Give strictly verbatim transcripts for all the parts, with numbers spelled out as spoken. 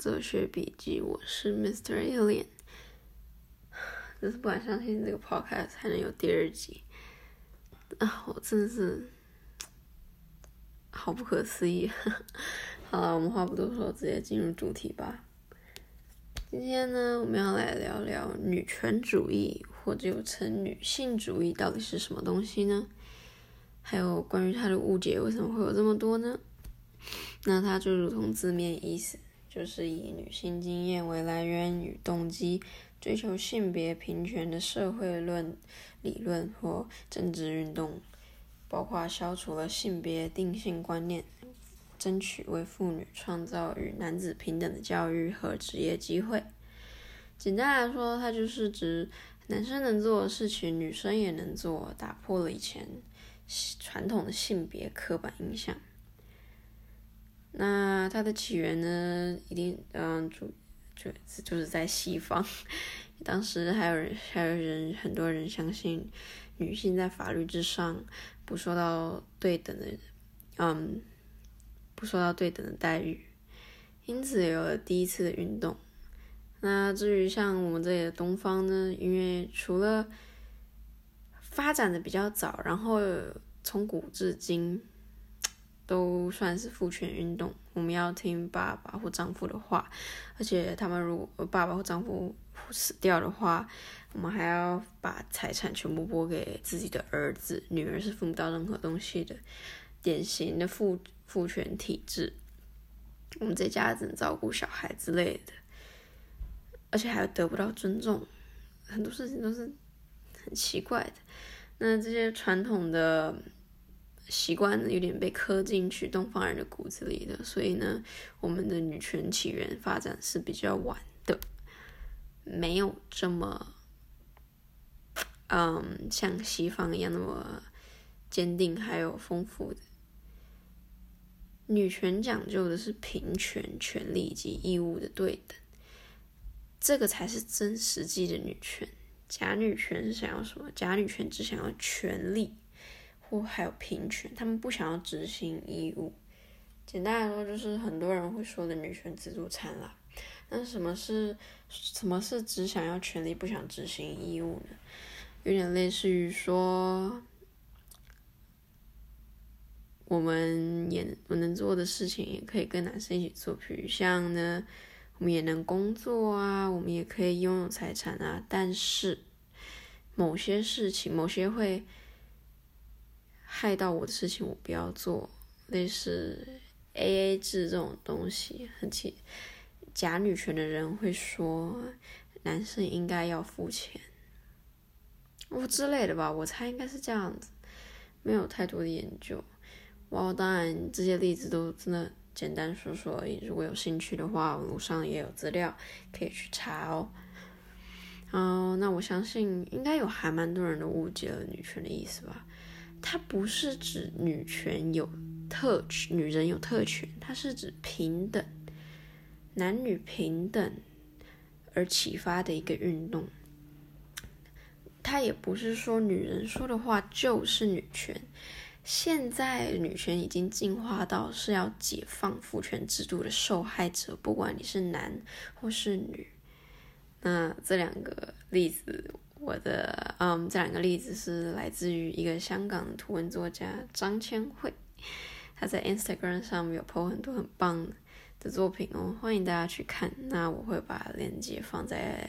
哲学笔记，我是 Mister Alien。真是不敢相信这个 podcast 还能有第二集啊！我真的是好不可思议。好了，我们话不多说，直接进入主题吧。今天呢，我们要来聊聊女权主义，或者又称女性主义到底是什么东西呢？还有关于它的误解为什么会有这么多呢？那它就如同字面意思，就是以女性经验为来源与动机，追求性别平权的社会论理论或政治运动，包括消除了性别定性观念，争取为妇女创造与男子平等的教育和职业机会。简单来说，它就是指男生能做的事情，女生也能做，打破了以前传统的性别刻板印象。那它的起源呢，一定嗯主就就是在西方，当时还有人还有人很多人相信女性在法律之上不受到对等的嗯不受到对等的待遇，因此有了第一次的运动。那至于像我们这里的东方呢，因为除了发展的比较早，然后从古至今都算是父权运动，我们要听爸爸或丈夫的话，而且他们如果爸爸或丈夫死掉的话，我们还要把财产全部拨给自己的儿子，女儿是分不到任何东西的，典型的父父权体制。我们这家只能照顾小孩之类的，而且还得不到尊重，很多事情都是很奇怪的。那这些传统的习惯有点被刻进去东方人的骨子里的，所以呢，我们的女权起源发展是比较晚的，没有这么嗯像西方一样那么坚定还有丰富的。女权讲究的是平权、权利及义务的对等，这个才是真实际的女权。假女权是想要什么？假女权只想要权利或还有平权，他们不想要执行义务。简单来说，就是很多人会说的女权自助餐啦。那什么是什么是只想要权利不想执行义务呢？有点类似于说，我们也我能做的事情也可以跟男生一起做，比如像呢，我们也能工作啊，我们也可以拥有财产啊，但是某些事情，某些会害到我的事情我不要做，类似 A A 制这种东西，很奇假女权的人会说男生应该要付钱哦之类的吧，我猜应该是这样子，没有太多的研究。哇，当然这些例子都真的简单说说而已，如果有兴趣的话，网络上也有资料可以去查哦。哦，那我相信应该有还蛮多人都误解了女权的意思吧。它不是指女权有特权，女人有特权，它是指平等，男女平等而启发的一个运动。它也不是说女人说的话就是女权。现在女权已经进化到是要解放父权制度的受害者，不管你是男或是女。那这两个例子，我的嗯，这两个例子是来自于一个香港的图文作家张千惠，他在 Instagram 上面有 po 很多很棒的作品哦，欢迎大家去看。那我会把链接放在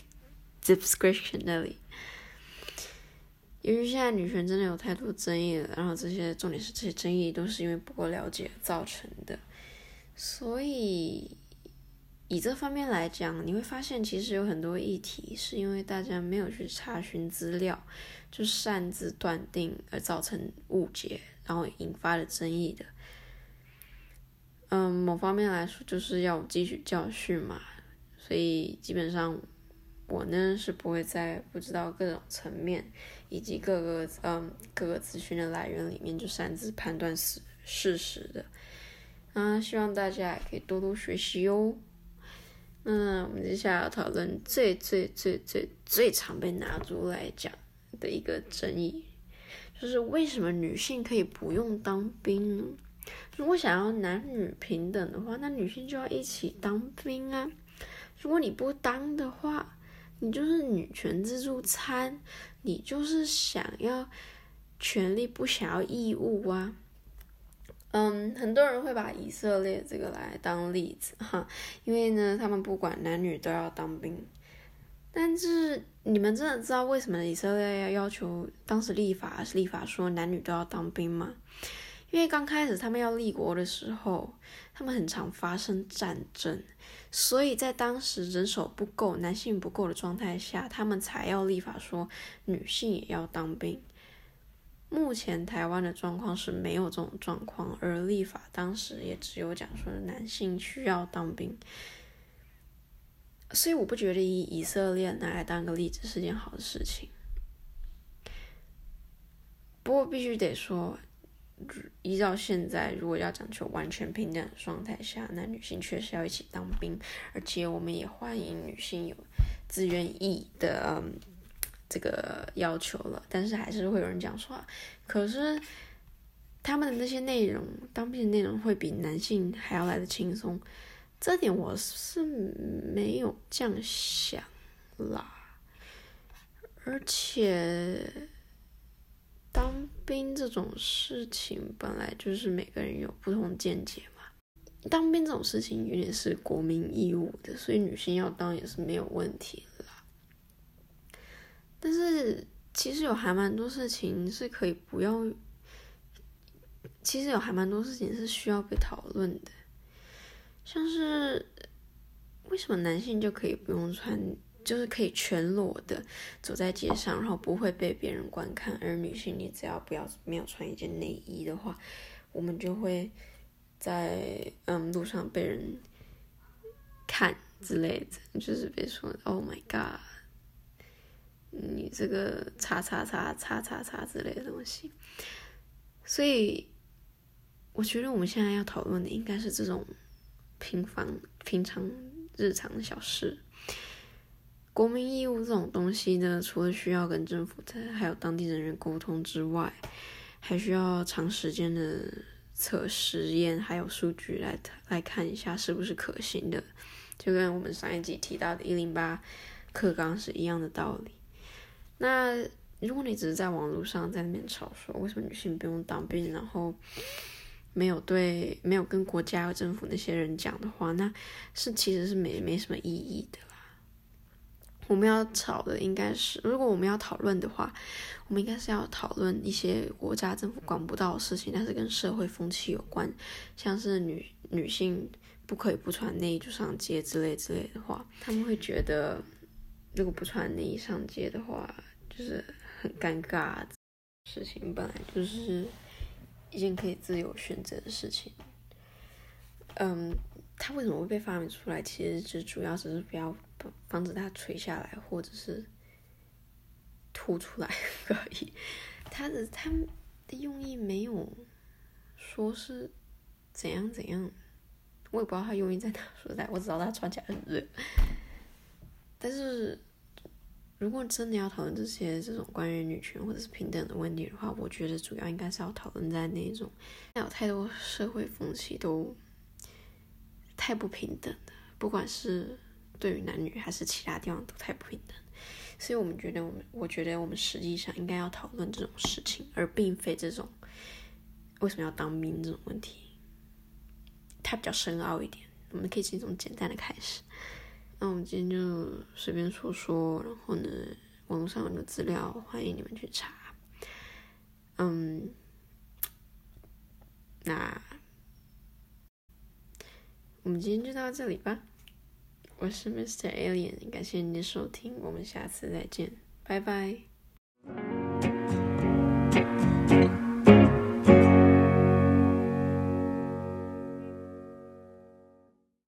description 那里。由于现在女权真的有太多争议了，然后这些重点是这些争议都是因为不够了解造成的，所以以这方面来讲，你会发现其实有很多议题是因为大家没有去查询资料，就擅自断定而造成误解，然后引发了争议的。嗯，某方面来说就是要汲取教训嘛，所以基本上我呢是不会在不知道各种层面以及各个嗯各个资讯的来源里面就擅自判断事事实的。啊，希望大家也可以多多学习哟。那我们接下来要讨论最最最最最常被拿出来讲的一个争议，就是为什么女性可以不用当兵呢？ 如果想要男女平等的话，那女性就要一起当兵啊。如果你不当的话，你就是女权自助餐，你就是想要权利不想要义务啊。嗯，很多人会把以色列这个来当例子哈，因为呢，他们不管男女都要当兵。但是你们真的知道为什么以色列要要求当时立法立法说男女都要当兵吗？因为刚开始他们要立国的时候，他们很常发生战争，所以在当时人手不够、男性不够的状态下，他们才要立法说女性也要当兵。目前台湾的状况是没有这种状况，而立法当时也只有讲说男性需要当兵，所以我不觉得以以色列拿来当个例子是件好的事情。不过必须得说，依照现在如果要讲求完全平等的状态下，那女性确实要一起当兵，而且我们也欢迎女性有自愿意的、嗯、这个要求了。但是还是会有人讲说，可是他们的那些内容，当兵的内容会比男性还要来得轻松，这点我是没有这样想啦。而且当兵这种事情本来就是每个人有不同见解嘛，当兵这种事情有点是国民义务的，所以女性要当也是没有问题的啦。但是其实有还蛮多事情是可以不要，其实有还蛮多事情是需要被讨论的，像是为什么男性就可以不用穿，就是可以全裸的走在街上，然后不会被别人观看，而女性你只要不要没有穿一件内衣的话，我们就会在嗯路上被人看之类的，就是被说 Oh my god， 你这个叉叉叉叉叉叉之类的东西。所以我觉得我们现在要讨论的应该是这种平凡平常日常的小事。国民义务这种东西呢，除了需要跟政府的还有当地人员沟通之外，还需要长时间的测实验还有数据来来看一下是不是可行的，就跟我们上一集提到的一零八课纲是一样的道理。那如果你只是在网络上在那边吵说为什么女性不用当兵，然后没有对没有跟国家和政府那些人讲的话，那是其实是没没什么意义的啦。我们要吵的应该是，如果我们要讨论的话，我们应该是要讨论一些国家政府管不到的事情，但是跟社会风气有关，像是女女性不可以不穿内衣就上街之类之类的话，他们会觉得如果不穿内衣上街的话就是很尴尬的事情，本来就是一件可以自由选择的事情。嗯，它为什么会被发明出来，其实就主要只是不要防止它垂下来或者是凸出来而已。它的它的用意没有说是怎样怎样，我也不知道它用意在哪，说实在我只知道它穿起来很热。但是如果真的要讨论这些这种关于女权或者是平等的问题的话，我觉得主要应该是要讨论在那种有太多社会风气都太不平等的，不管是对于男女还是其他地方都太不平等，所以我们觉得我们我觉得我们实际上应该要讨论这种事情，而并非这种为什么要当兵这种问题，它比较深奥一点，我们可以从这种简单的开始。那我们今天就随便说说，然后呢网络上有个资料欢迎你们去查。嗯，那我们今天就到这里吧，我是 Mister Alien， 感谢你的收听，我们下次再见，拜拜。